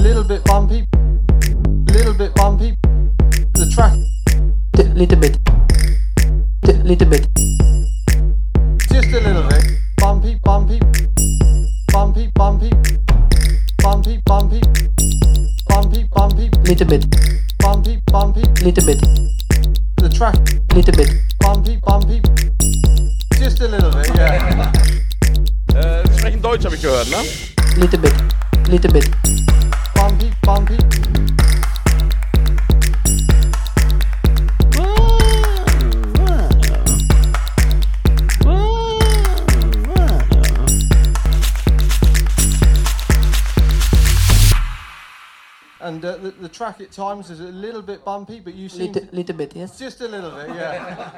little bit bumpy. Little bit bumpy. The track. Little bit. Little bit. Just a little bit. Bumpy, bumpy. Bumpy, bumpy. Bumpy, bumpy. Bumpy, bumpy. Little bit. Bumpy, bumpy. Little bit. The track. Little bit. Bumpy, bumpy. Just a little bit, yeah. Sie sprechen Deutsch, habe ich gehört, ne? Little bit. Little bit. Bumpy, bumpy. And the track at times is a little bit bumpy, but you seem Little bit, yes. just a little bit, yeah.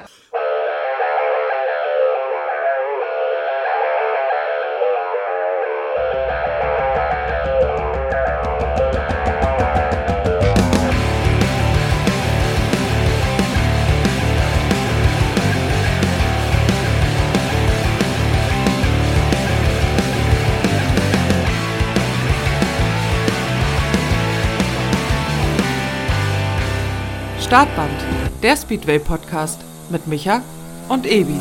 Startband, der Speedway-Podcast mit Micha und Ebi.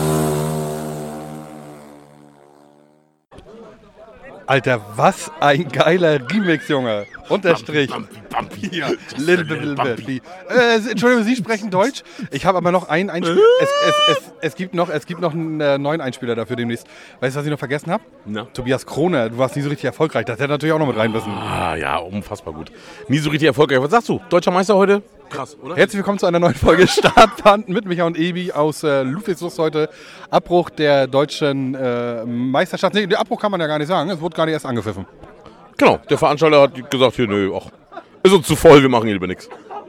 Alter, was ein geiler Remix, Junge. Unterstrich. Ja. Little bit. Entschuldigung, Sie sprechen Deutsch? Ich habe aber noch einen Einspieler. Es gibt noch einen neuen Einspieler dafür demnächst. Weißt du, was ich noch vergessen habe? Na? Tobias Krone, du warst nie so richtig erfolgreich. Das hätte natürlich auch noch mit rein müssen. Ah, ja, unfassbar gut. Nie so richtig erfolgreich. Was sagst du? Deutscher Meister heute? Krass, oder? Herzlich willkommen zu einer neuen Folge Startband mit Micha und Ebi aus Ludwigslust heute. Abbruch der deutschen Meisterschaft. Nee, der Abbruch kann man ja gar nicht sagen. Es wurde gar nicht erst angepfiffen. Genau, der Veranstalter hat gesagt, hier, nö, ach, ist uns zu voll, wir machen hier lieber nichts.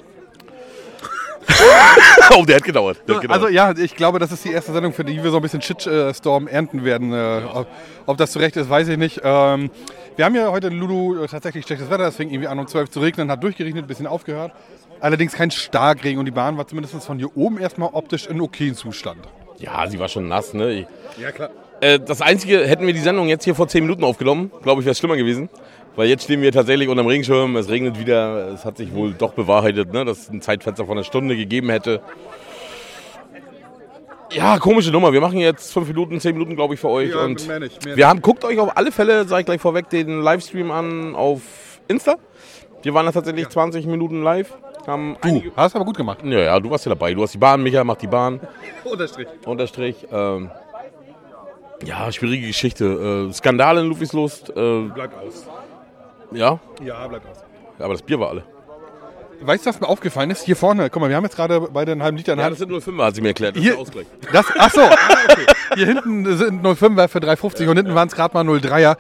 Oh, der hat gedauert. Also ja, ich glaube, das ist die erste Sendung, für die wir so ein bisschen Shitstorm ernten werden. Ob das zu Recht ist, weiß ich nicht. Wir haben ja heute in Lulu tatsächlich schlechtes Wetter, es fing irgendwie an um 12 zu regnen, hat durchgeregnet, ein bisschen aufgehört. Allerdings kein Starkregen und die Bahn war zumindest von hier oben erstmal optisch in okayen Zustand. Ja, sie war schon nass, ne? Ja, klar. Das Einzige, hätten wir die Sendung jetzt hier vor 10 Minuten aufgenommen, glaube ich, wäre es schlimmer gewesen. Weil jetzt stehen wir tatsächlich unterm Regenschirm, es regnet wieder, es hat sich wohl doch bewahrheitet, ne, dass es ein Zeitfenster von einer Stunde gegeben hätte. Ja, komische Nummer, wir machen jetzt 5 Minuten, 10 Minuten, glaube ich, für euch. Ja, und mehr nicht. guckt euch auf alle Fälle, sage ich gleich vorweg, den Livestream an auf Insta. Wir waren da tatsächlich 20 Minuten live. Du hast aber gut gemacht. Ja, du warst ja dabei, du hast die Bahn, Micha macht die Bahn. Unterstrich. Ja, schwierige Geschichte. Skandal in Ludwigslust. Bleibt aus. Ja? Ja, bleibt aus. Aber das Bier war alle. Weißt du, was mir aufgefallen ist? Hier vorne, guck mal, wir haben jetzt gerade beide einen halben Liter in der Ja, Hand. das sind 05er, hat sie mir erklärt. Das Hier- ist der Ausgleich. Achso, okay. Hier hinten sind 05er für 3,50 und hinten waren es gerade mal 0,3er.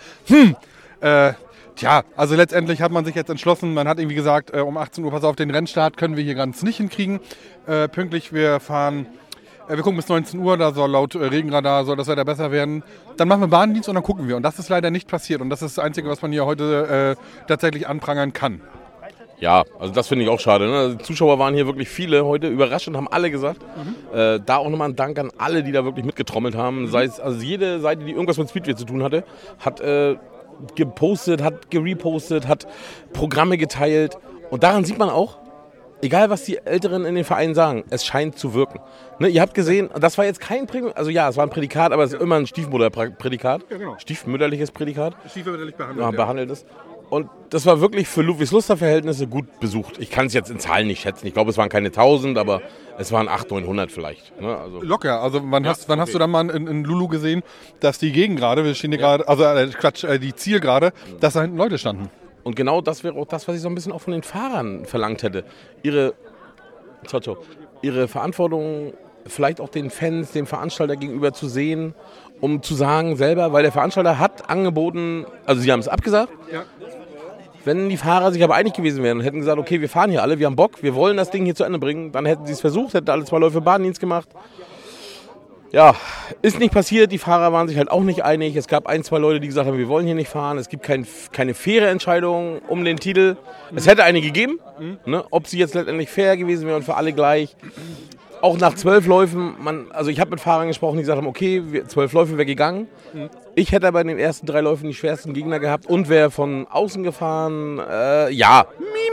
Tja, also letztendlich hat man sich jetzt entschlossen, man hat irgendwie gesagt, um 18 Uhr, pass auf, den Rennstart können wir hier ganz nicht hinkriegen. Pünktlich, wir gucken bis 19 Uhr, da soll laut Regenradar soll das Wetter besser werden. Dann machen wir Bahndienst und dann gucken wir. Und das ist leider nicht passiert. Und das ist das Einzige, was man hier heute tatsächlich anprangern kann. Ja, also das finde ich auch schade. Ne? Die Zuschauer waren hier wirklich viele heute, überraschend, haben alle gesagt. Da auch nochmal ein Dank an alle, die da wirklich mitgetrommelt haben. Sei es, also jede Seite, die irgendwas mit Speedway zu tun hatte, hat gepostet, hat gerepostet, hat Programme geteilt. Und daran sieht man auch, egal was die Älteren in den Vereinen sagen, es scheint zu wirken. Ne, ihr habt gesehen, das war jetzt kein also ja, es war ein Prädikat, aber es ist immer ein Stiefmutter-Prädikat. Ja, genau. Stiefmütterliches Prädikat. Stiefmütterlich Behandelt ist. Und das war wirklich für Ludwigsluster-Verhältnisse gut besucht. Ich kann es jetzt in Zahlen nicht schätzen. Ich glaube, es waren keine 1000, aber es waren 800, 900 vielleicht. Ne? Also Locker. Also wann hast du dann mal in Lulu gesehen, dass die Gegengrade, wir stehen hier gerade, also die Zielgerade, dass da hinten Leute standen? Und genau das wäre auch das, was ich so ein bisschen auch von den Fahrern verlangt hätte. Ihre Verantwortung vielleicht auch den Fans, dem Veranstalter gegenüber zu sehen, um zu sagen selber, weil der Veranstalter hat angeboten, also sie haben es abgesagt. Ja. Wenn die Fahrer sich aber einig gewesen wären und hätten gesagt, okay, wir fahren hier alle, wir haben Bock, wir wollen das Ding hier zu Ende bringen, dann hätten sie es versucht, hätten alle 2 Läufe Bahndienst gemacht. Ja, ist nicht passiert, die Fahrer waren sich halt auch nicht einig. Es gab 1, 2 Leute, die gesagt haben, wir wollen hier nicht fahren. Es gibt keine faire Entscheidung um den Titel. Es hätte eine gegeben, ne? Ob sie jetzt letztendlich fair gewesen wäre und für alle gleich. auch nach 12 Läufen, also ich habe mit Fahrern gesprochen, die gesagt haben, okay, 12 Läufe wäre gegangen. Ich hätte aber in den ersten 3 Läufen die schwersten Gegner gehabt und wäre von außen gefahren. Ja.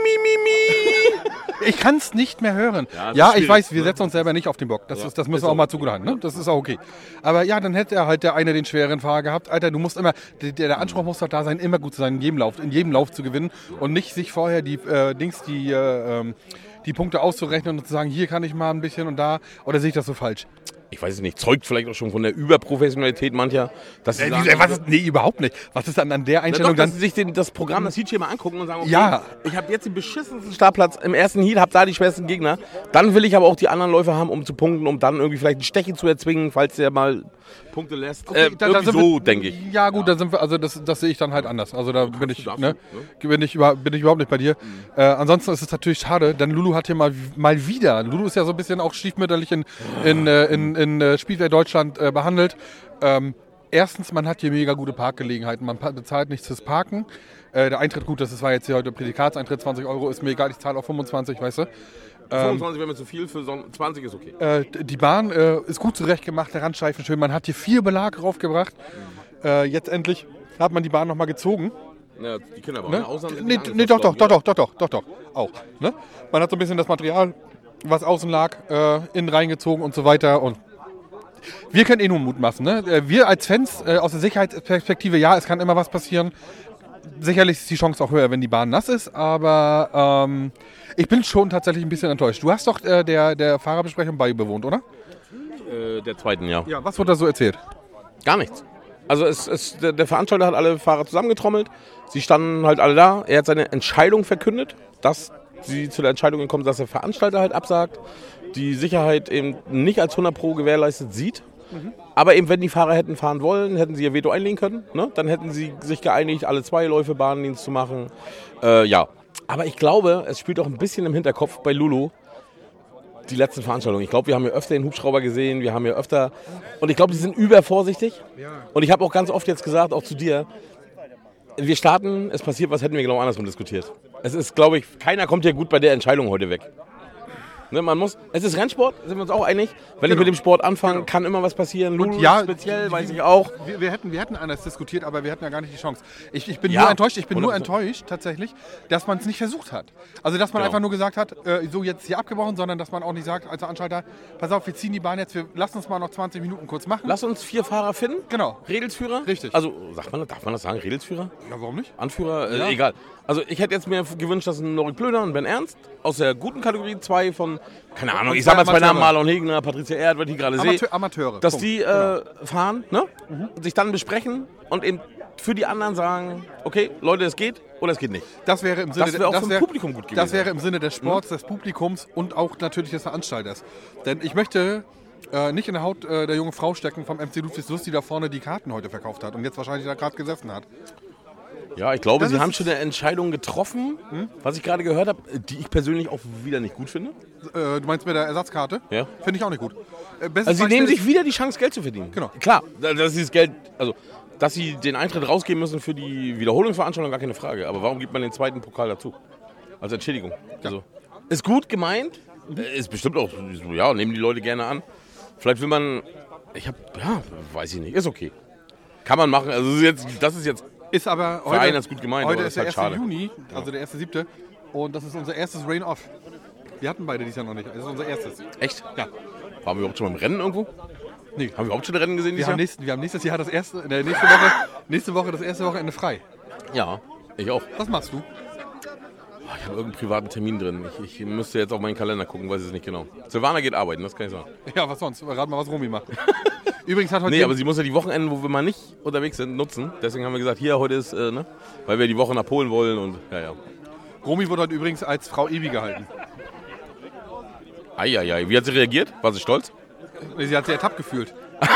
Ich kann es nicht mehr hören. Ja, ich weiß, wir setzen uns selber nicht auf den Bock. Das müssen wir auch mal zugelassen. Ne? Das ist auch okay. Aber ja, dann hätte halt der eine den schweren Fahrer gehabt. Alter, du musst immer, der Anspruch muss doch da sein, immer gut zu sein, in jedem Lauf zu gewinnen und nicht sich vorher die Punkte auszurechnen und zu sagen, hier kann ich mal ein bisschen und da. Oder sehe ich das so falsch? Ich weiß es nicht, zeugt vielleicht auch schon von der Überprofessionalität mancher. Dass sie sagen, nee, überhaupt nicht. Was ist dann an der Einstellung dass sie sich das Programm, das Heat hier mal angucken und sagen, okay, ja. Ich habe jetzt den beschissensten Startplatz im ersten Heat, habe da die schwersten Gegner. Dann will ich aber auch die anderen Läufer haben, um zu punkten, um dann irgendwie vielleicht ein Stechen zu erzwingen, falls der mal Punkte lässt. Okay, denke ich. Ja gut, da sind wir, also das sehe ich dann halt anders. Also da bin ich überhaupt nicht bei dir. Ansonsten ist es natürlich schade, denn Lulu hat hier mal wieder, Lulu ist ja so ein bisschen auch stiefmütterlich in Speedway Deutschland behandelt. Erstens, man hat hier mega gute Parkgelegenheiten. Man bezahlt nichts fürs Parken. Der Eintritt, gut, das war jetzt hier heute Prädikatseintritt, 20 €, ist mir egal, ich zahle auch 25, weißt du. 25 wäre mir zu viel, für 20 ist okay. Die Bahn ist gut zurechtgemacht, der Randstreifen schön. Man hat hier 4 Belag raufgebracht. Jetzt endlich hat man die Bahn nochmal gezogen. Ja, die Kinder waren Ne? außen. Doch. Auch. Ne? Man hat so ein bisschen das Material, was außen lag, innen reingezogen und so weiter. Und wir können nur Mut machen. Ne? Wir als Fans aus der Sicherheitsperspektive, ja, es kann immer was passieren. Sicherlich ist die Chance auch höher, wenn die Bahn nass ist, aber ich bin schon tatsächlich ein bisschen enttäuscht. Du hast doch der Fahrerbesprechung beigewohnt, oder? Der zweiten, ja. Ja, was wurde da so erzählt? Gar nichts. Also der Veranstalter hat alle Fahrer zusammengetrommelt. Sie standen halt alle da. Er hat seine Entscheidung verkündet, dass sie zu der Entscheidung gekommen sind, dass der Veranstalter halt absagt, die Sicherheit eben nicht als 100% gewährleistet sieht. Aber eben, wenn die Fahrer hätten fahren wollen, hätten sie ihr Veto einlegen können. Ne? Dann hätten sie sich geeinigt, alle 2 Läufe Bahndienst zu machen. Ja, aber ich glaube, es spielt auch ein bisschen im Hinterkopf bei Lulu die letzten Veranstaltungen. Ich glaube, wir haben ja öfter den Hubschrauber gesehen, wir haben ja öfter... Und ich glaube, die sind übervorsichtig. Und ich habe auch ganz oft jetzt gesagt, auch zu dir, wir starten, es passiert was, hätten wir genau andersrum diskutiert. Es ist, glaube ich, keiner kommt hier gut bei der Entscheidung heute weg. Ne, es ist Rennsport, sind wir uns auch einig. Wenn ich mit dem Sport anfange, kann immer was passieren. Lulu ja, speziell, weiß ich auch. Wir hätten anders diskutiert, aber wir hatten ja gar nicht die Chance. Ich bin nur enttäuscht, tatsächlich, dass man es nicht versucht hat. Also, dass man einfach nur gesagt hat, so jetzt hier abgebrochen, sondern dass man auch nicht sagt, als Veranstalter, pass auf, wir ziehen die Bahn jetzt, wir lassen uns mal noch 20 Minuten kurz machen. Lass uns 4 Fahrer finden. Genau. Redelsführer. Richtig. Also, darf man das sagen, Redelsführer? Ja, warum nicht? Anführer, egal. Also, ich hätte jetzt mir gewünscht, dass ein Norik Blöder und Ben Ernst aus der guten Kategorie 2 von, keine Ahnung, ich sag mal 2 Namen, Marlon Hegner, Patricia Erd, was ich gerade sehe. Amateure. Dass die fahren, ne? Sich dann besprechen und eben für die anderen sagen, okay, Leute, es geht oder es geht nicht. Das wäre im Sinne das wäre auch für Publikum gut gewesen. Das wäre im Sinne des Sports, des Publikums und auch natürlich des Veranstalters. Denn ich möchte nicht in der Haut der jungen Frau stecken vom MC Ludwigslust, die da vorne die Karten heute verkauft hat und jetzt wahrscheinlich da gerade gesessen hat. Ja, ich glaube, sie haben schon eine Entscheidung getroffen, was ich gerade gehört habe, die ich persönlich auch wieder nicht gut finde. Du meinst mit der Ersatzkarte? Ja. Finde ich auch nicht gut. Also sie nehmen sich wieder die Chance, Geld zu verdienen. Genau. Klar, dass sie das Geld, also dass sie den Eintritt rausgeben müssen für die Wiederholungsveranstaltung, gar keine Frage. Aber warum gibt man den zweiten Pokal dazu? Als Entschädigung. Also, ist gut gemeint, ist bestimmt auch so, ja, nehmen die Leute gerne an. Vielleicht will man, weiß ich nicht, ist okay. Kann man machen, also das ist jetzt ist aber für einen gut gemeint, heute aber ist der halt 1. schade. Juni, also der 1.7. Und das ist unser erstes Rain-Off. Wir hatten beide dieses Jahr noch nicht, das ist unser erstes. Echt? Ja. Waren wir überhaupt schon beim Rennen irgendwo? Nee. Haben wir überhaupt schon Rennen gesehen dieses Jahr? Wir haben nächstes Jahr nächste Woche das erste Wochenende frei. Ja, ich auch. Was machst du? Ich habe irgendeinen privaten Termin drin. Ich müsste jetzt auf meinen Kalender gucken, weiß ich nicht genau. Silvana geht arbeiten, das kann ich sagen. Ja, was sonst? Rat mal, was Romy macht. Übrigens hat heute... Nee, aber sie muss ja die Wochenenden, wo wir mal nicht unterwegs sind, nutzen. Deswegen haben wir gesagt, hier, heute ist, weil wir die Woche nach Polen wollen und ja. Romy wurde heute übrigens als Frau Ebi gehalten. Eieiei, wie hat sie reagiert? War sie stolz? Sie hat sich ertappt gefühlt.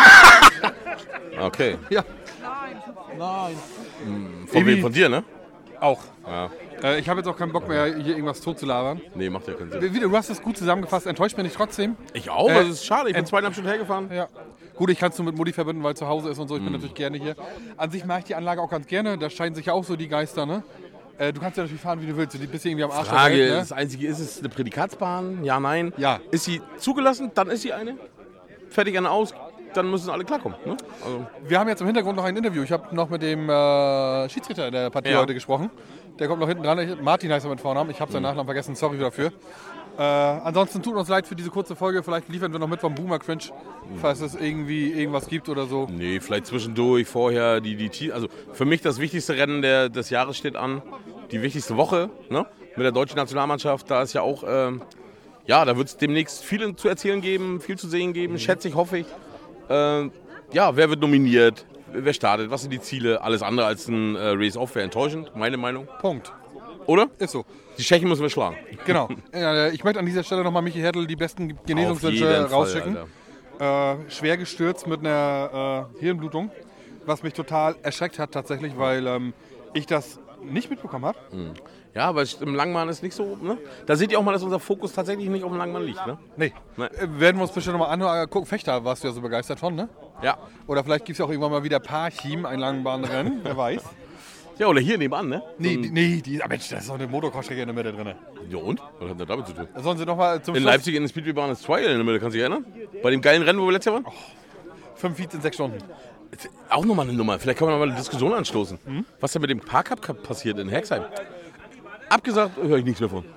Okay. Ja. Nein. Von wem? Von dir, ne? Auch. Ja. Ich habe jetzt auch keinen Bock mehr, hier irgendwas totzulabern. Nee, macht ja keinen Sinn. Du hast es gut zusammengefasst. Enttäuscht mich nicht trotzdem? Ich auch, das ist schade. Ich bin 2,5 Stunden hergefahren. Ja. Gut, ich kann es nur mit Mutti verbinden, weil zu Hause ist und so. Ich bin natürlich gerne hier. An sich mache ich die Anlage auch ganz gerne. Da scheinen sich ja auch so die Geister, ne? Du kannst ja natürlich fahren, wie du willst. Du bist irgendwie am Arsch der Frage, Welt, ne? das Einzige ist es eine Prädikatsbahn? Ja, nein. Ja. Ist sie zugelassen? Dann ist sie eine. Fertig, eine aus. Dann müssen alle klarkommen. Ne? Also. Wir haben jetzt im Hintergrund noch ein Interview. Ich habe noch mit dem Schiedsrichter der Partie heute gesprochen. Der kommt noch hinten dran. Martin heißt er mit Vornamen. Ich habe seinen Nachnamen vergessen. Sorry dafür. Ansonsten tut uns leid für diese kurze Folge. Vielleicht liefern wir noch mit vom Boomer Cringe, falls es irgendwie irgendwas gibt oder so. Nee, vielleicht zwischendurch, vorher. Also für mich das wichtigste Rennen des Jahres steht an. Die wichtigste Woche, ne? Mit der deutschen Nationalmannschaft. Da ist ja auch, da wird es demnächst viel zu erzählen geben, viel zu sehen geben, schätze ich, hoffe ich. Wer wird nominiert? Wer startet? Was sind die Ziele? Alles andere als ein Race-Off wäre enttäuschend, meine Meinung. Punkt. Oder? Ist so. Die Tschechen müssen wir schlagen. Genau. Ich möchte an dieser Stelle nochmal Michi Hertel die besten Genesungswünsche rausschicken. Schwer gestürzt mit einer Hirnblutung, was mich total erschreckt hat tatsächlich, weil ich das nicht mitbekommen habe. Ja, aber im Langmann ist nicht so, ne? Da seht ihr auch mal, dass unser Fokus tatsächlich nicht auf dem Langmann liegt, ne? Nee. Werden wir uns bestimmt nochmal anhören. Gucken, Fechter warst du ja so begeistert von, ne? Ja. Oder vielleicht gibt es ja auch irgendwann mal wieder Parchim, ein Langbahnrennen, wer weiß. Ja, oder hier nebenan, ne? Mensch, da ist doch eine Motocross-Strecke in der Mitte drin. Ja und? Was hat das damit zu tun? Sollen sie nochmal zum In Schluss? Leipzig in der Speedwaybahn ist Trial in der Mitte, kannst du dich erinnern? Bei dem geilen Rennen, wo wir letztes Jahr waren? 5 Feeds in 6 Stunden. Auch nochmal eine Nummer. Vielleicht kann man noch mal eine Diskussion anstoßen. Was denn mit dem Park-Cup passiert in Hexheim? Abgesagt, höre ich nichts mehr von.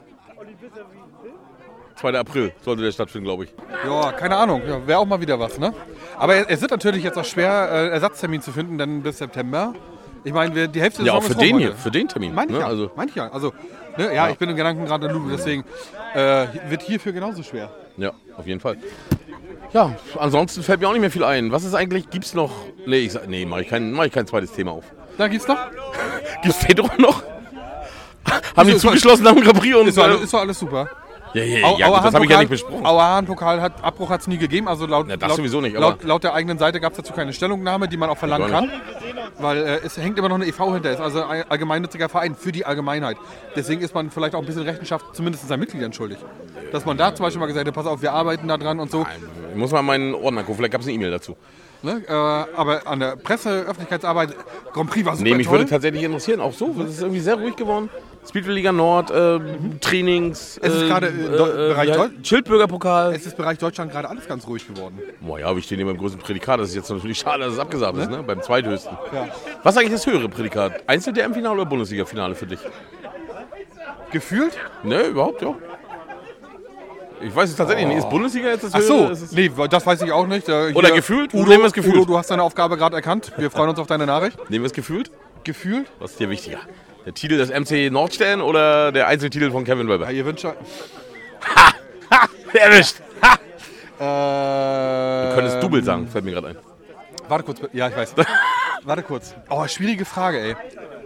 2. April sollte der stattfinden, glaube ich. Ja, keine Ahnung. Ja, wäre auch mal wieder was, ne? Aber es wird natürlich jetzt auch schwer, Ersatztermin zu finden, denn bis September. Ich meine, die Hälfte des Ja, auch Saisons für ist rum den hier, heute. für den Termin. Manche, Ne? Also, manche. Also, ne, ja, ich bin im Gedanken gerade Lulu, deswegen wird hierfür genauso schwer. ja, auf jeden Fall. Ja, ansonsten fällt mir auch nicht mehr viel ein. Was ist eigentlich, gibt's noch? Nee, mach ich kein zweites Thema auf. Da gibt's noch? Gibt's Fedro noch? Haben die zugeschlossen nach dem Grand Prix? Und Ist doch alles super. Ja, gut, das habe ich ja nicht besprochen. Auerhahn-Pokal Abbruch hat es nie gegeben. Also das sowieso nicht, aber laut der eigenen Seite gab es dazu keine Stellungnahme, die man auch verlangen kann. Weil es hängt immer noch eine e.V. hinter. Es ist also ein allgemeinnütziger Verein für die Allgemeinheit. Deswegen ist man vielleicht auch ein bisschen Rechenschaft zumindest seinen Mitgliedern schuldig. Dass man da zum Beispiel mal gesagt hat, pass auf, wir arbeiten da dran und so. Ich muss mal meinen Ordner gucken, vielleicht gab es eine E-Mail dazu. Ne? Aber an der Presse, Öffentlichkeitsarbeit, Grand Prix war super Mich toll. würde tatsächlich interessieren, auch so. Es ist irgendwie sehr ruhig geworden. Speedway Liga Nord, Trainings. Es ist gerade im Bereich Schildbürgerpokal. Es ist Bereich Deutschland gerade alles ganz ruhig geworden. Boah, ja, wir stehen hier beim größten Prädikat. Das ist jetzt natürlich schade, dass es abgesagt ist, ne? Beim zweithöchsten. Ja. Was ist eigentlich das höhere Prädikat? Einzel-DM-Finale oder Bundesliga-Finale für dich? Gefühlt? Ne, überhaupt, ja. Ich weiß es tatsächlich nicht. Ist Bundesliga jetzt das Ach höhere? so, nee, das weiß ich auch nicht. Oder gefühlt? Udo, Nehmen wir es gefühlt. Udo, du hast deine Aufgabe gerade erkannt. Wir freuen uns auf deine Nachricht. Nehmen wir es gefühlt? Gefühlt? Was ist dir wichtiger? Der Titel des MC Nordstern oder der Einzeltitel von Kevin Webber? Ja, ihr wünscht... Erwischt! Du könntest Double sagen, fällt mir gerade ein. Warte kurz. Ja, ich weiß. Warte kurz. Oh, schwierige Frage, ey.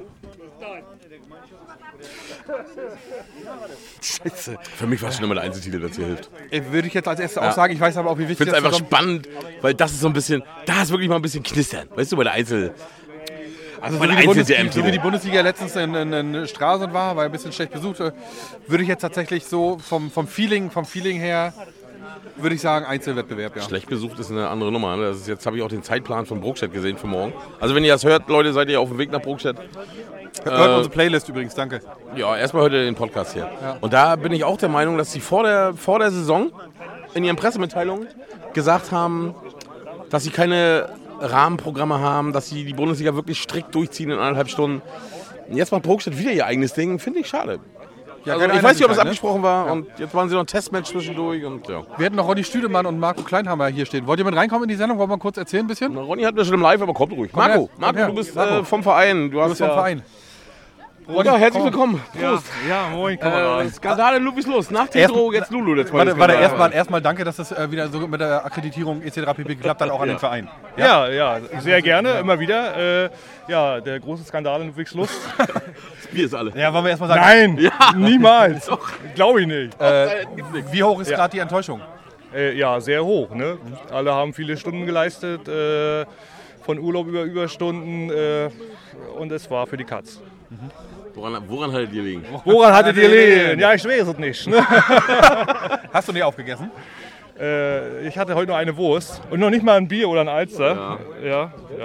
Scheiße. Für mich war es schon immer der Einzeltitel, der dir hilft. Würde ich jetzt als erstes auch sagen. Ich weiß aber auch, wie Ich wichtig finde es einfach ist. spannend, weil das ist so ein bisschen, da ist wirklich mal ein bisschen knistern. Weißt du, bei der Einzel... Also Meine so wie die Bundesliga letztens in Stralsund war ein bisschen schlecht besucht, würde ich jetzt tatsächlich so vom Feeling her, würde ich sagen Einzelwettbewerb, ja. Schlecht besucht ist eine andere Nummer. Ne? Das ist, jetzt habe ich auch den Zeitplan von Brokstedt gesehen für morgen. Also wenn ihr das hört, Leute, seid ihr auf dem Weg nach Brokstedt. Hört unsere Playlist übrigens, danke. Ja, erstmal heute den Podcast hier. Ja. Und da bin ich auch der Meinung, dass sie vor der Saison in ihren Pressemitteilungen gesagt haben, dass sie keine Rahmenprogramme haben, dass sie die Bundesliga wirklich strikt durchziehen in 1,5 Stunden. Und jetzt macht Brokstedt wieder ihr eigenes Ding, finde ich schade. Ja, also, ich weiß nicht, ob es abgesprochen war und jetzt waren sie noch ein Testmatch zwischendurch und ja. Wir hätten noch Ronny Stüdemann und Marco Kleinhammer hier stehen. Wollt ihr mit reinkommen in die Sendung? Wollen wir kurz erzählen ein bisschen? Na, Ronny hatten wir schon im Live, aber kommt ruhig. Marco, her. du bist Marco. vom Verein. Du bist vom Verein. Ja, herzlich willkommen. Prost. Ja, moin, Kameraden. Skandal in Ludwigs los. Nach Titro, jetzt Lulu. Warte, erstmal danke, dass das wieder so mit der Akkreditierung etc. pp. Geklappt hat, auch an den Verein. Ja, sehr gerne, immer wieder. Ja, der große Skandal in Ludwigslust. Wir es alle. Ja, wollen wir erstmal sagen. Nein, niemals. Glaube ich nicht. Wie hoch ist gerade die Enttäuschung? Ja, sehr hoch. Ne? Alle haben viele Stunden geleistet, von Urlaub über Überstunden und es war für die Katz. Woran hattet ihr liegen? Woran hattet ihr liegen? Ja, ich weiß es nicht. Ne? Hast du nicht aufgegessen? Ich hatte heute nur eine Wurst und noch nicht mal ein Bier oder ein Alster. Ja.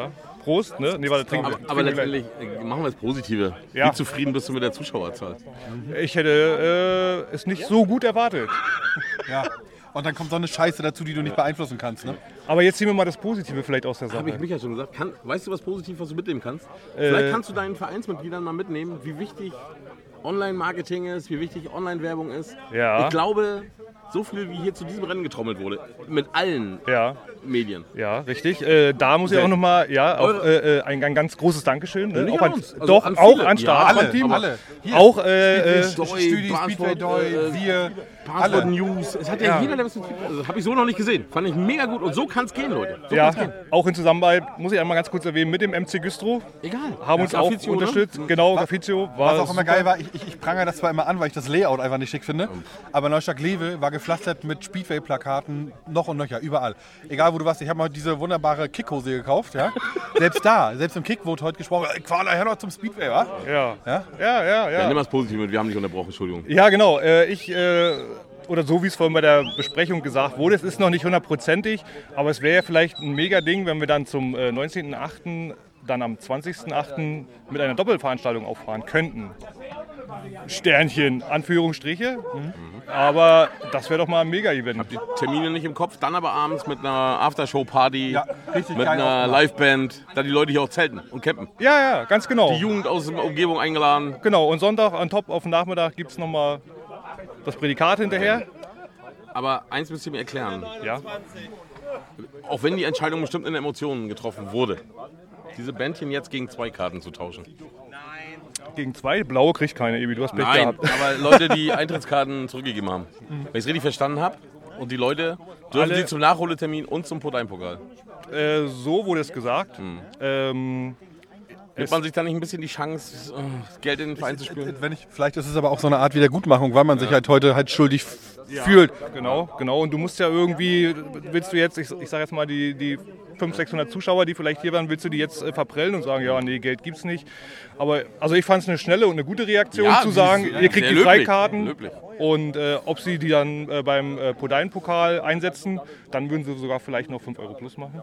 Prost. Ne? Nee, warte, trinken wir. Aber letztendlich machen wir das Positive. Ja. Wie zufrieden bist du mit der Zuschauerzahl? Ich hätte es nicht so gut erwartet. Ja. Und dann kommt so eine Scheiße dazu, die du nicht beeinflussen kannst. Ne? Aber jetzt ziehen wir mal das Positive vielleicht aus der Sache. Habe ich Micha schon gesagt. Weißt du, was positiv, was du mitnehmen kannst? Vielleicht kannst du deinen Vereinsmitgliedern mal mitnehmen, wie wichtig Online-Marketing ist, wie wichtig Online-Werbung ist. Ja. Ich glaube, so viel wie hier zu diesem Rennen getrommelt wurde, mit allen Medien. Ja, richtig. Da muss ich auch nochmal ein ganz großes Dankeschön. Ne? Nicht Auch an uns. Also doch, an auch viele. an Start-Team. Alle. Hier. Auch Stüdi, Speedway Doi, wir, Passport News. Es hat ja jeder, der was mit also, habe ich so noch nicht gesehen. Fand ich mega gut. Und so kann es gehen, Leute. So kann's gehen. Auch in Zusammenarbeit, muss ich einmal ganz kurz erwähnen, mit dem MC Güstrow. Egal. Haben uns auch Grafizio, unterstützt. Genau, Grafizio. Was auch immer geil war, ich prangere das zwar immer an, weil ich das Layout einfach nicht schick finde, aber Neustadt-Glewe war gepflastert mit Speedway-Plakaten noch und nöcher, überall. Egal wo du warst, ich habe mal diese wunderbare Kickhose gekauft, ja. Selbst im Kick wurde heute gesprochen, Qualer, hör doch zum Speedway, wa? Ja, Nimm das positiv mit, wir haben dich unterbrochen, Entschuldigung. Ja, genau. Oder so wie es vorhin bei der Besprechung gesagt wurde, es ist noch nicht hundertprozentig, aber es wäre ja vielleicht ein Mega-Ding, wenn wir dann zum 19.08., dann am 20.08. mit einer Doppelveranstaltung auffahren könnten. Sternchen, Anführungsstriche. Aber das wäre doch mal ein Mega-Event. Hab die Termine nicht im Kopf, dann aber abends mit einer Aftershow-Party, richtig mit geil einer aufgemacht. Liveband, da die Leute hier auch zelten und campen. Ja, ganz genau. Die Jugend aus der Umgebung eingeladen. Genau, und Sonntag on top auf den Nachmittag gibt es nochmal das Prädikat hinterher. Aber eins müsst ihr mir erklären, Ja. auch wenn die Entscheidung bestimmt in Emotionen getroffen wurde, diese Bändchen jetzt gegen 2 Karten zu tauschen. Gegen 2, blaue kriegt keine, Ebi, du hast Pech Nein, gehabt. aber Leute, die Eintrittskarten zurückgegeben haben. Wenn ich es richtig verstanden habe. Und die Leute dürfen sie zum Nachholetermin und zum Podeinpokal. So wurde es gesagt. Gibt man sich da nicht ein bisschen die Chance, Geld in den Verein zu spielen? Vielleicht ist es aber auch so eine Art Wiedergutmachung, weil man sich halt heute halt schuldig fühlt. Genau. Und du musst ja irgendwie, willst du jetzt, ich sag jetzt mal die 500, 600 Zuschauer, die vielleicht hier waren, willst du die jetzt verprellen und sagen, ja, nee, Geld gibt's nicht. Aber also ich fand es eine schnelle und eine gute Reaktion zu sagen, ihr kriegt die Freikarten. Und ob sie die dann beim Podeinpokal einsetzen, dann würden sie sogar vielleicht noch 5 Euro plus machen.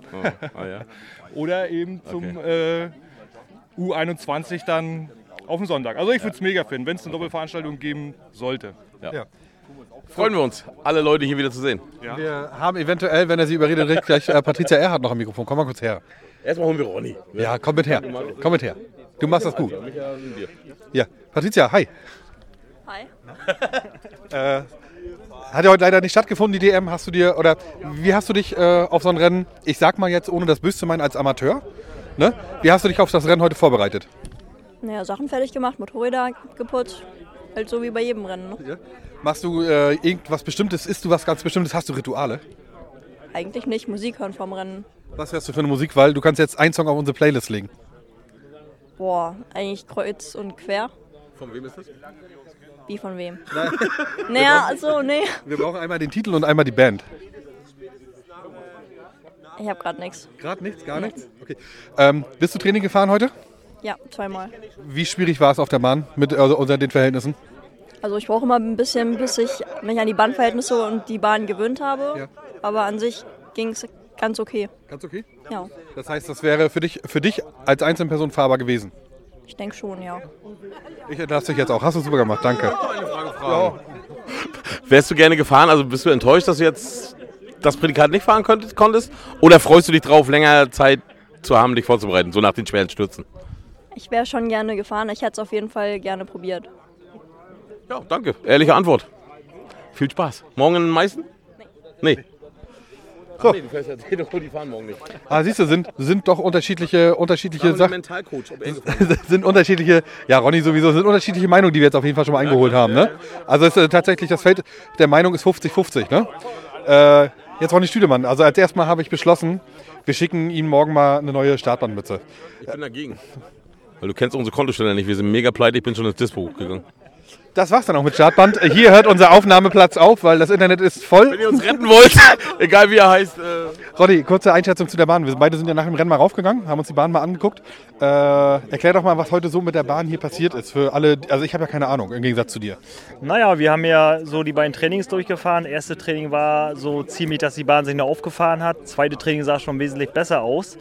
Oder eben zum U21 dann auf den Sonntag. Also ich würde es mega finden, wenn es eine Doppelveranstaltung geben sollte. Ja. Freuen wir uns, alle Leute hier wieder zu sehen. Ja. Wir haben eventuell, wenn er sie überredet, direkt gleich Patricia Erhardt noch am Mikrofon. Komm mal kurz her. Erstmal holen wir Ronny. Ja, komm mit her. Du machst das gut. Ja, Patricia, hi. Hi. Hat ja heute leider nicht stattgefunden, die DM. Wie hast du dich auf so ein Rennen, ich sag mal jetzt, ohne das böse zu meinen, als Amateur, ne? Wie hast du dich auf das Rennen heute vorbereitet? Naja, Sachen fertig gemacht, Motorräder geputzt. Halt so wie bei jedem Rennen. Ne? Ja. Machst du irgendwas Bestimmtes? Isst du was ganz Bestimmtes? Hast du Rituale? Eigentlich nicht, Musik hören vom Rennen. Was hörst du für eine Musik? Weil du kannst jetzt einen Song auf unsere Playlist legen. Boah, eigentlich kreuz und quer. Von wem ist das? Wie von wem? Naja, also, nee. Wir brauchen einmal den Titel und einmal die Band. Ich hab grad nichts. Gerade nichts? Gar nichts? Okay. Bist du Training gefahren heute? Ja, 2-mal. Wie schwierig war es auf der Bahn mit unter den Verhältnissen? Also ich brauche immer ein bisschen, bis ich mich an die Bahnverhältnisse und die Bahn gewöhnt habe. Ja. Aber an sich ging es ganz okay. Ganz okay? Ja, Das heißt, das wäre für dich als Einzelperson fahrbar gewesen? ich denke schon, ja. Ich entlasse dich jetzt auch. Hast du super gemacht, danke. Wärst du gerne gefahren? Also bist du enttäuscht, dass du jetzt das Prädikat nicht fahren konntest? Oder freust du dich drauf, länger Zeit zu haben, dich vorzubereiten, so nach den schweren Stürzen? Ich wäre schon gerne gefahren. Ich hätte es auf jeden Fall gerne probiert. Ja, danke. Ehrliche Antwort. Viel Spaß. Morgen in Meißen? Nee. So. Nee, du fährst ja die fahren morgen nicht. Siehst du, sind doch unterschiedliche Sachen. Mentalcoach, ob er gefahren Sind unterschiedliche, ja Ronny sowieso, sind unterschiedliche Meinungen, die wir jetzt auf jeden Fall schon mal eingeholt haben. Ne? Also es ist tatsächlich, das Feld der Meinung ist 50-50. Ne? Jetzt Ronny Stüdemann, also als erstes Mal habe ich beschlossen, wir schicken ihm morgen mal eine neue Startbandmütze. Ich bin dagegen. Weil du kennst unsere Kontostelle nicht, wir sind mega pleite, ich bin schon ins Dispo gegangen. Das war's dann auch mit Startband. Hier hört unser Aufnahmeplatz auf, weil das Internet ist voll. Wenn ihr uns retten wollt, egal wie er heißt. Ronny, kurze Einschätzung zu der Bahn. Wir beide sind ja nach dem Rennen mal raufgegangen, haben uns die Bahn mal angeguckt. Erklär doch mal, was heute so mit der Bahn hier passiert ist. Für alle, also ich habe ja keine Ahnung, im Gegensatz zu dir. Naja, wir haben ja so die beiden Trainings durchgefahren. Erste Training war so ziemlich, dass die Bahn sich noch aufgefahren hat. Zweite Training sah schon wesentlich besser aus.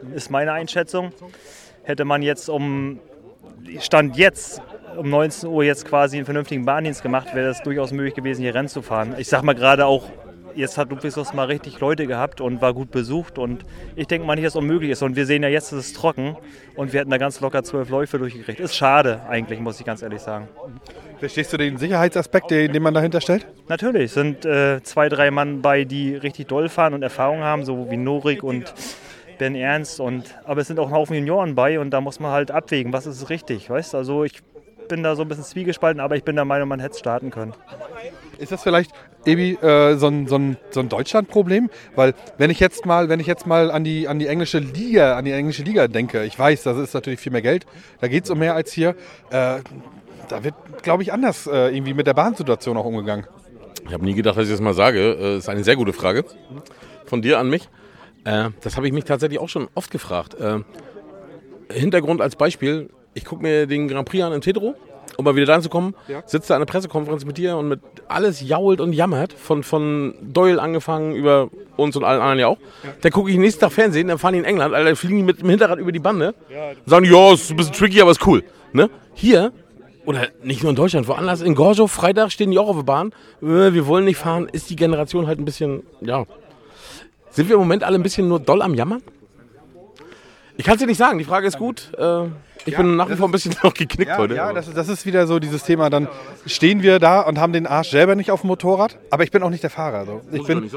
ist meine Einschätzung. Hätte man jetzt Stand jetzt um 19 Uhr jetzt quasi einen vernünftigen Bahndienst gemacht, wäre das durchaus möglich gewesen, hier Rennen zu fahren. Ich sag mal gerade auch, jetzt hat Ludwigshafen mal richtig Leute gehabt und war gut besucht und ich denke mal nicht, dass es unmöglich ist. Und wir sehen ja jetzt, es ist trocken und wir hätten da ganz locker 12 Läufe durchgekriegt. Ist schade eigentlich, muss ich ganz ehrlich sagen. Verstehst du den Sicherheitsaspekt, den man dahinter stellt? Natürlich, sind 2, 3 Mann bei, die richtig doll fahren und Erfahrung haben, so wie Norik und Ben Ernst. Aber es sind auch ein Haufen Junioren bei und da muss man halt abwägen, was ist richtig, weißt? Also ich bin da so ein bisschen zwiegespalten, aber ich bin der Meinung, man hätte es starten können. Ist das vielleicht, Ebi, so ein Deutschland-Problem? Weil wenn ich jetzt mal an die englische Liga denke, ich weiß, das ist natürlich viel mehr Geld, da geht es um mehr als hier. Da wird, glaube ich, anders irgendwie mit der Bahnsituation auch umgegangen. Ich habe nie gedacht, dass ich das mal sage. Das ist eine sehr gute Frage von dir an mich. Das habe ich mich tatsächlich auch schon oft gefragt. Hintergrund als Beispiel, ich gucke mir den Grand Prix an in Tetro, um mal wieder reinzukommen, sitzt da an einer Pressekonferenz mit dir und mit alles jault und jammert, von Doyle angefangen, über uns und allen anderen ja auch. Dann gucke ich nächsten Tag Fernsehen, dann fahren die in England, Alter, fliegen die mit dem Hinterrad über die Bande, sagen, ja, ist ein bisschen tricky, aber ist cool. Ne? Hier, oder nicht nur in Deutschland, woanders, in Gorzow, Freitag stehen die auch auf der Bahn, wir wollen nicht fahren, ist die Generation halt ein bisschen, ja. Sind wir im Moment alle ein bisschen nur doll am Jammern? Ich kann es dir nicht sagen, die Frage ist gut. Ich bin nach wie vor ein bisschen noch geknickt heute. Ja, das ist wieder so dieses Thema, dann stehen wir da und haben den Arsch selber nicht auf dem Motorrad, aber ich bin auch nicht der Fahrer. So. Ich bin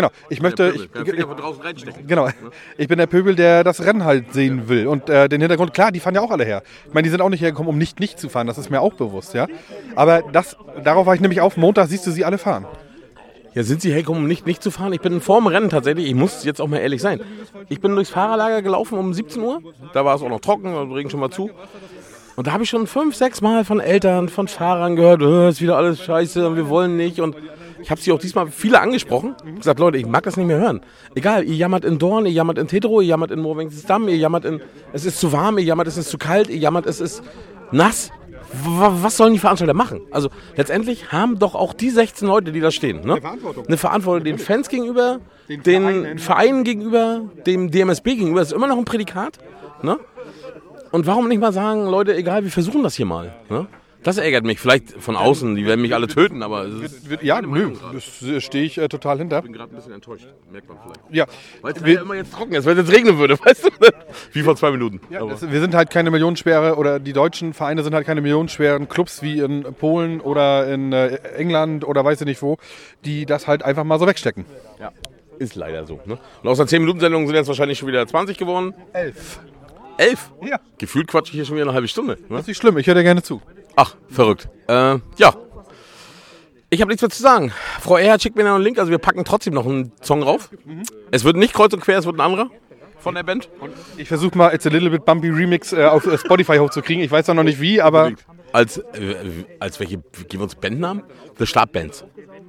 der Pöbel, der das Rennen halt sehen will und den Hintergrund, klar, die fahren ja auch alle her. Ich meine, die sind auch nicht hergekommen, um nicht zu fahren, das ist mir auch bewusst, ja. Aber darauf war ich nämlich auf, Montag siehst du sie alle fahren. Ja, sind sie hergekommen, um nicht zu fahren? Ich bin vor dem Rennen tatsächlich, ich muss jetzt auch mal ehrlich sein. Ich bin durchs Fahrerlager gelaufen um 17 Uhr. Da war es auch noch trocken, Regen schon mal zu. Und da habe ich schon 5, 6 Mal von Eltern, von Fahrern gehört, ist wieder alles scheiße und wir wollen nicht. Und ich habe sie auch diesmal viele angesprochen. Ich habe gesagt, Leute, ich mag das nicht mehr hören. Egal, ihr jammert in Dorn, ihr jammert in Tetro, ihr jammert in Moorwengsdamm, ihr jammert es ist zu warm, ihr jammert, es ist zu kalt, ihr jammert, es ist nass. Was sollen die Veranstalter machen? Also letztendlich haben doch auch die 16 Leute, die da stehen, ne? Eine Verantwortung den Fans gegenüber, den Vereinen gegenüber, dem DMSB gegenüber. Das ist immer noch ein Prädikat. Ne? Und warum nicht mal sagen, Leute, egal, wir versuchen das hier mal. Ne? Das ärgert mich. Vielleicht von außen, die werden mich alle töten, aber... Das stehe ich total hinter. Ich bin gerade ein bisschen enttäuscht, merkt man vielleicht. Ja. Weil es immer jetzt trocken ist, weil es jetzt regnen würde, weißt du? Wie vor 2 Minuten. Ja, wir sind halt keine millionenschwere, oder die deutschen Vereine sind halt keine millionenschweren Clubs wie in Polen oder in England oder weiß ich nicht wo, die das halt einfach mal so wegstecken. Ja, ist leider so. Ne? Und aus einer 10-Minuten-Sendung sind jetzt wahrscheinlich schon wieder 20 geworden. 11? Ja. Gefühlt quatsche ich hier schon wieder eine halbe Stunde. Ne? Das ist nicht schlimm, ich höre dir gerne zu. Ach, verrückt. Ja. Ich habe nichts mehr zu sagen. Frau Erhard schickt mir noch einen Link, also wir packen trotzdem noch einen Song rauf. Es wird nicht kreuz und quer, es wird ein anderer von der Band. Und ich versuche mal It's a Little Bit Bumpy Remix auf Spotify hochzukriegen. Ich weiß noch nicht wie, aber... Als welche, geben wir uns Bandnamen? The Startbands.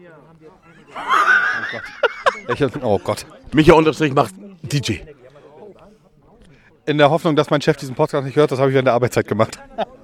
Oh Gott. Micha Unterstrich macht DJ. In der Hoffnung, dass mein Chef diesen Podcast nicht hört, das habe ich während der Arbeitszeit gemacht.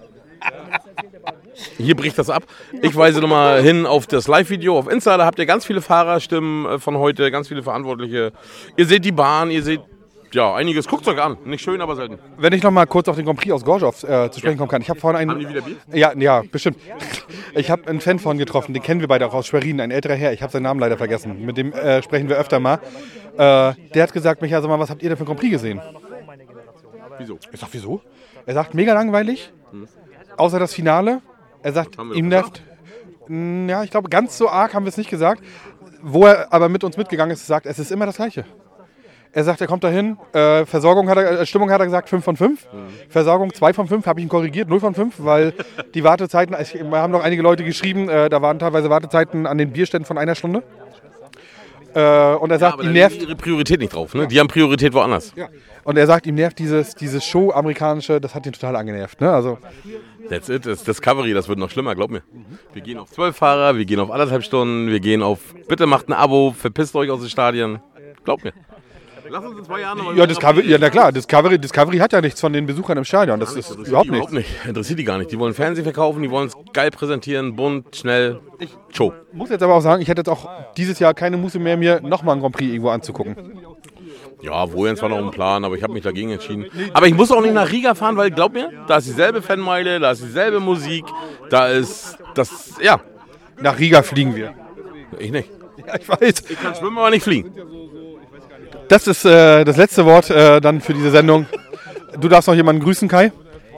Hier bricht das ab. Ich weise nochmal hin auf das Live-Video auf Insta. Da habt ihr ganz viele Fahrerstimmen von heute, ganz viele Verantwortliche. Ihr seht die Bahn, ihr seht ja einiges. Guckt es euch an. Nicht schön, aber selten. Wenn ich nochmal kurz auf den Grand Prix aus Gorzow zu sprechen kommen kann. Ich habe vorhin einen... Haben die wieder Bier? Ja, bestimmt. Ich habe einen Fan von getroffen, den kennen wir beide auch aus Schwerin, ein älterer Herr. Ich habe seinen Namen leider vergessen. Mit dem sprechen wir öfter mal. Der hat gesagt, Micha, sag mal, was habt ihr denn für einen Grand Prix gesehen? Wieso? Ich sag, wieso? Er sagt, mega langweilig, außer das Finale. Er sagt, ihm nervt, ja, ich glaube, ganz so arg haben wir es nicht gesagt. Wo er aber mit uns mitgegangen ist, sagt, es ist immer das Gleiche. Er sagt, er kommt dahin, Stimmung hat er gesagt 5 von 5. Versorgung 2 von 5, habe ich ihn korrigiert, 0 von 5, weil die Wartezeiten, wir haben noch einige Leute geschrieben, da waren teilweise Wartezeiten an den Bierständen von 1 Stunde. Und er sagt, ihm nervt... ihre Priorität nicht drauf, ne? Die haben Priorität woanders. Ja. Und er sagt, ihm nervt dieses Show-amerikanische, das hat ihn total angenervt. Ne? Also, that's it, das Discovery, das wird noch schlimmer, glaub mir. Wir gehen auf 12 Fahrer, wir gehen auf 1,5 Stunden, wir gehen auf, bitte macht ein Abo, verpisst euch aus den Stadien. Glaub mir. Lass uns in 2 Jahren nochmal... Ja, na klar, Discovery hat ja nichts von den Besuchern im Stadion, das ist überhaupt nichts. Interessiert die gar nicht. Die wollen Fernsehen verkaufen, die wollen es geil präsentieren, bunt, schnell, Show. Ich muss jetzt aber auch sagen, ich hätte jetzt auch dieses Jahr keine Muße mehr, mir nochmal einen Grand Prix irgendwo anzugucken. Ja, Wojens war noch im Plan, aber ich habe mich dagegen entschieden. Aber ich muss auch nicht nach Riga fahren, weil glaub mir, da ist dieselbe Fanmeile, da ist dieselbe Musik, da ist das, ja. Nach Riga fliegen wir. Ich nicht. Ja, ich weiß. Ich kann schwimmen, aber nicht fliegen. Das ist das letzte Wort dann für diese Sendung. Du darfst noch jemanden grüßen, Kai?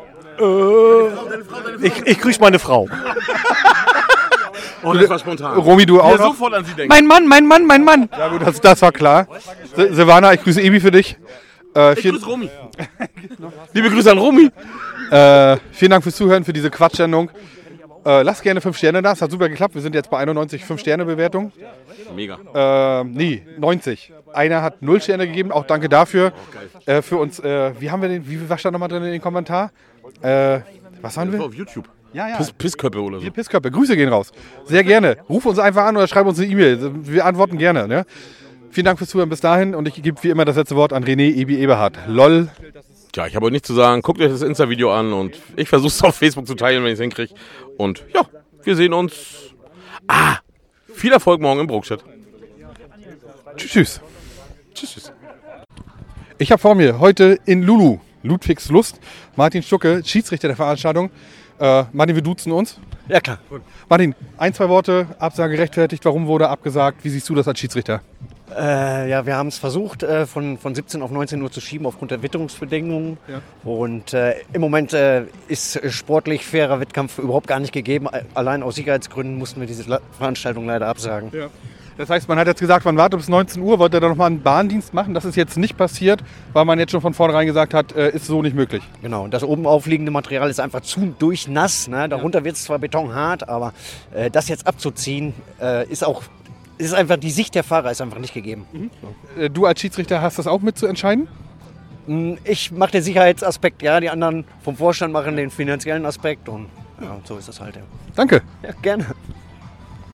Ich grüße meine Frau. Oh, das war spontan. Romy, du auch Ja, noch? sofort an sie denken. Mein Mann. Ja gut, das war klar. Silvana, ich grüße Ebi für dich. Ich grüße Romy. Liebe Grüße an Romy. Vielen Dank fürs Zuhören, für diese Quatschsendung. Lasst gerne 5 Sterne da, es hat super geklappt. Wir sind jetzt bei 91 5-Sterne-Bewertungen. Mega. 90. Einer hat 0 Sterne gegeben, auch danke dafür. Für uns, was stand nochmal drin in den Kommentar? Was haben Das war wir? auf YouTube. Ja. Pissköppe oder so. Wir Pissköpfe, Grüße gehen raus. Sehr gerne. Ruf uns einfach an oder schreib uns eine E-Mail. Wir antworten gerne. Ne? Vielen Dank fürs Zuhören bis dahin und ich gebe wie immer das letzte Wort an René Ebi Eberhardt. LOL. Tja, ich habe heute nichts zu sagen. Guckt euch das Insta-Video an und ich versuche es auf Facebook zu teilen, wenn ich es hinkriege. Und ja, wir sehen uns. Viel Erfolg morgen im Brokstedt. Tschüss. Ich habe vor mir heute in Ludwigs Lust, Martin Stucke, Schiedsrichter der Veranstaltung. Martin, wir duzen uns. Ja, klar. Martin, 1-2 Worte, Absage gerechtfertigt, warum wurde abgesagt? Wie siehst du das als Schiedsrichter? Ja, wir haben es versucht, von 17 auf 19 Uhr zu schieben aufgrund der Witterungsbedingungen. Ja. Und im Moment ist sportlich fairer Wettkampf überhaupt gar nicht gegeben. Allein aus Sicherheitsgründen mussten wir diese Veranstaltung leider absagen. Ja. Das heißt, man hat jetzt gesagt, man wartet bis 19 Uhr, wollte da nochmal einen Bahndienst machen. Das ist jetzt nicht passiert, weil man jetzt schon von vornherein gesagt hat, ist so nicht möglich. Genau, und das oben aufliegende Material ist einfach zu durchnass. Ne? Darunter wird es zwar betonhart, aber das jetzt abzuziehen, ist einfach, die Sicht der Fahrer ist einfach nicht gegeben. Mhm. Du als Schiedsrichter hast das auch mit zu entscheiden? Ich mache den Sicherheitsaspekt, ja, die anderen vom Vorstand machen den finanziellen Aspekt und ja, so ist das halt. Ja. Danke. Ja, gerne.